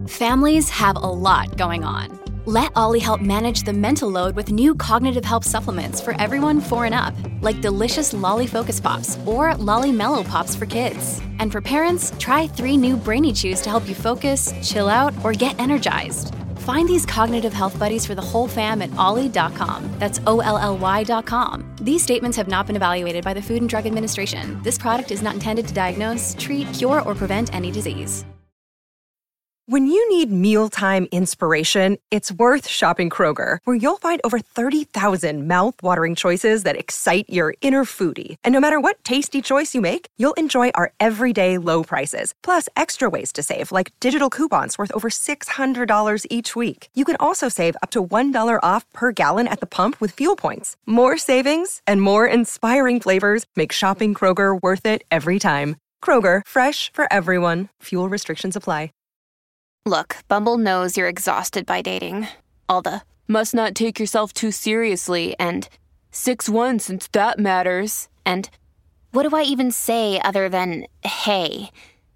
Families have a lot going on. Let Ollie help manage the mental load with new cognitive help supplements for everyone 4 and up, like delicious Lolly Focus Pops or Lolly Mellow Pops for kids. And for parents, try 3 new Brainy Chews to help you focus, chill out, or get energized. Find these cognitive health buddies for the whole fam at ollie.com. That's OLLY.com. These statements have not been evaluated by the Food and Drug Administration. This product is not intended to diagnose, treat, cure, or prevent any disease. When you need mealtime inspiration, it's worth shopping Kroger, where you'll find over 30,000 mouth-watering choices that excite your inner foodie. And no matter what tasty choice you make, you'll enjoy our everyday low prices, plus extra ways to save, like digital coupons worth over $600 each week. You can also save up to $1 off per gallon at the pump with fuel points. More savings and more inspiring flavors make shopping Kroger worth it every time. Kroger, fresh for everyone. Fuel restrictions apply. Look, Bumble knows you're exhausted by dating. All the, must not take yourself too seriously, and 6'1" since that matters, and what do I even say other than, hey?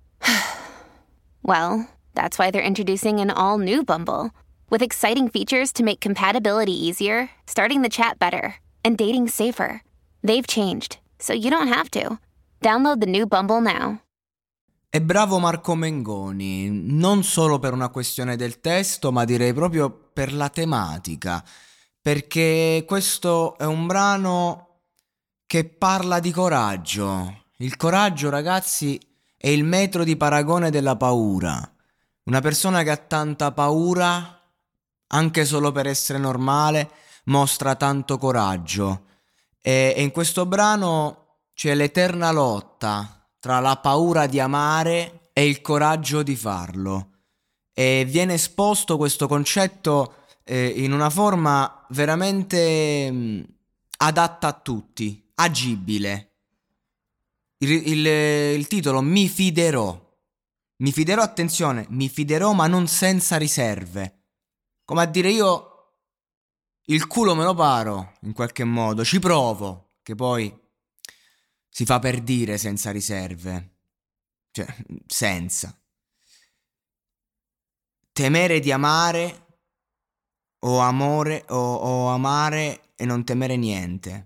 Well, that's why they're introducing an all-new Bumble, with exciting features to make compatibility easier, starting the chat better, and dating safer. They've changed, so you don't have to. Download the new Bumble now. E bravo Marco Mengoni, non solo per una questione del testo, ma direi proprio per la tematica, perché questo è un brano che parla di coraggio. Il coraggio, ragazzi, è il metro di paragone della paura. Una persona che ha tanta paura, anche solo per essere normale, mostra tanto coraggio. E in questo brano c'è l'eterna lotta tra la paura di amare e il coraggio di farlo. E viene esposto questo concetto in una forma veramente adatta a tutti, agibile. Il titolo Mi fiderò. Mi fiderò, attenzione, mi fiderò ma non senza riserve. Come a dire, io il culo me lo paro in qualche modo, ci provo, che poi si fa per dire senza riserve, cioè senza. Temere di amare o amore o amare e non temere niente.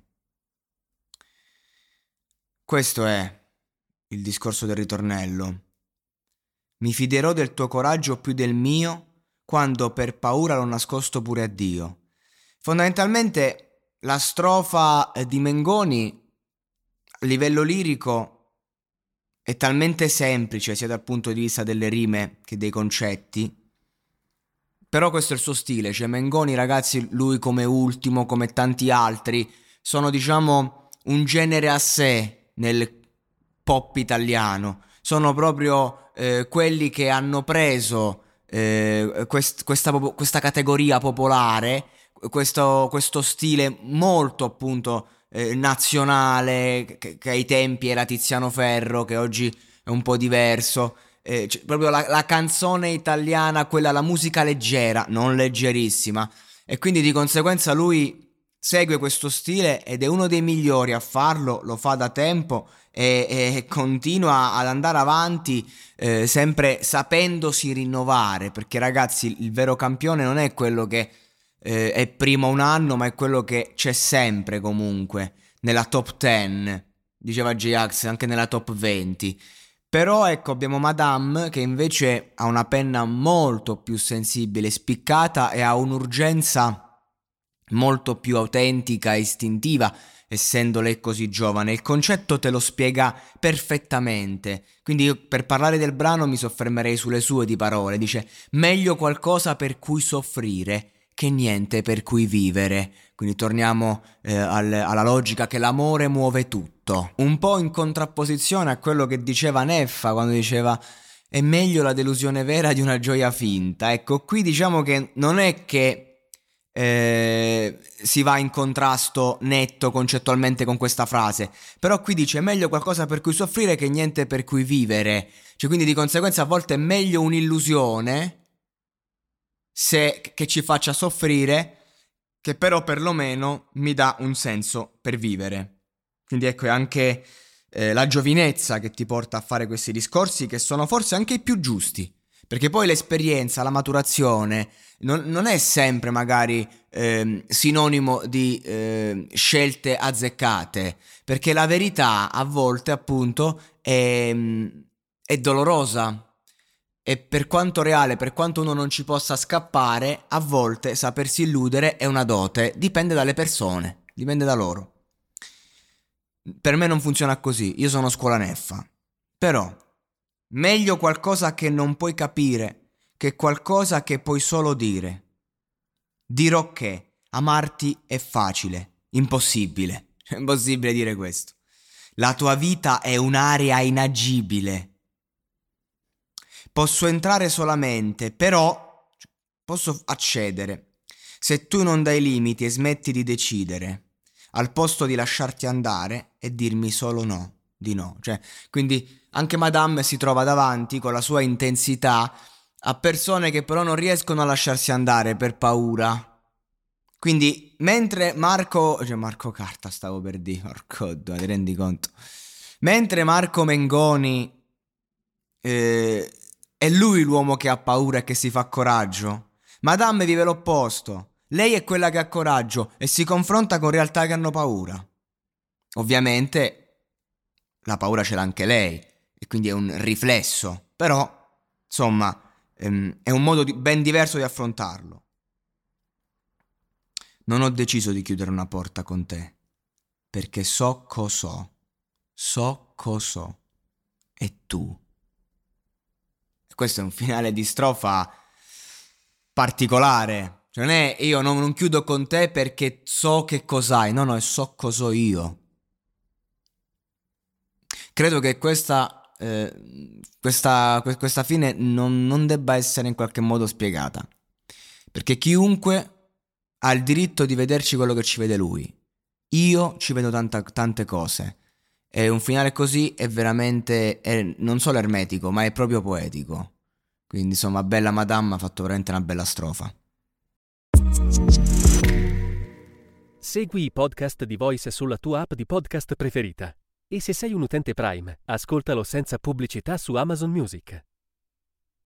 Questo è il discorso del ritornello. Mi fiderò del tuo coraggio più del mio, quando per paura l'ho nascosto pure a Dio. Fondamentalmente la strofa di Mengoni a livello lirico è talmente semplice sia dal punto di vista delle rime che dei concetti, però questo è il suo stile. Cioè Mengoni, ragazzi, lui come Ultimo, come tanti altri, sono diciamo un genere a sé nel pop italiano. Sono proprio quelli che hanno preso questa categoria popolare, questo stile molto appunto nazionale, che ai tempi era Tiziano Ferro, che oggi è un po' diverso, proprio la canzone italiana, quella, la musica leggera, non leggerissima, e quindi di conseguenza lui segue questo stile ed è uno dei migliori a farlo, lo fa da tempo e continua ad andare avanti, sempre sapendosi rinnovare, perché ragazzi il vero campione non è quello che è primo un anno, ma è quello che c'è sempre comunque nella top 10, diceva J-Ax, anche nella top 20. Però ecco, abbiamo Madame che invece ha una penna molto più sensibile, spiccata, e ha un'urgenza molto più autentica e istintiva, essendo lei così giovane. Il concetto te lo spiega perfettamente, quindi io per parlare del brano mi soffermerei sulle sue di parole. Dice: meglio qualcosa per cui soffrire che niente per cui vivere. Quindi torniamo alla logica che l'amore muove tutto, un po' in contrapposizione a quello che diceva Neffa quando diceva è meglio la delusione vera di una gioia finta. Ecco, qui diciamo che non è che si va in contrasto netto concettualmente con questa frase, però qui dice meglio qualcosa per cui soffrire che niente per cui vivere. Cioè, quindi di conseguenza a volte è meglio un'illusione che ci faccia soffrire, che però perlomeno mi dà un senso per vivere. Quindi ecco, è anche la giovinezza che ti porta a fare questi discorsi, che sono forse anche i più giusti, Perché poi l'esperienza, la maturazione non è sempre magari sinonimo di scelte azzeccate, perché la verità a volte appunto è dolorosa. E per quanto reale, per quanto uno non ci possa scappare, a volte sapersi illudere è una dote, dipende dalle persone, dipende da loro. Per me non funziona così, io sono scuola neffa. Però, meglio qualcosa che non puoi capire che qualcosa che puoi solo dire. Dirò che amarti è facile, impossibile, è impossibile dire questo. La tua vita è un'area inagibile. Posso entrare solamente, però posso accedere. Se tu non dai limiti e smetti di decidere, al posto di lasciarti andare e dirmi solo no, di no. Cioè, quindi anche Madame si trova davanti con la sua intensità a persone che però non riescono a lasciarsi andare per paura. Quindi mentre Marco Carta stavo per dire, porco due, ti rendi conto? Mentre Marco Mengoni è lui l'uomo che ha paura e che si fa coraggio. Madame vive l'opposto. Lei è quella che ha coraggio e si confronta con realtà che hanno paura. Ovviamente la paura ce l'ha anche lei e quindi è un riflesso. Però, insomma, è un modo ben diverso di affrontarlo. Non ho deciso di chiudere una porta con te, perché so cos'ho. E tu? Questo è un finale di strofa particolare. Cioè non è io non chiudo con te perché so che cos'hai. No, è so cos'ho io. Credo che questa fine non debba essere in qualche modo spiegata. Perché chiunque ha il diritto di vederci quello che ci vede lui. Io ci vedo tante cose. E un finale così è veramente non solo ermetico, ma è proprio poetico. Quindi insomma, bella Madame ha fatto veramente una bella strofa. Segui i podcast di Voice sulla tua app di podcast preferita. E se sei un utente Prime, ascoltalo senza pubblicità su Amazon Music.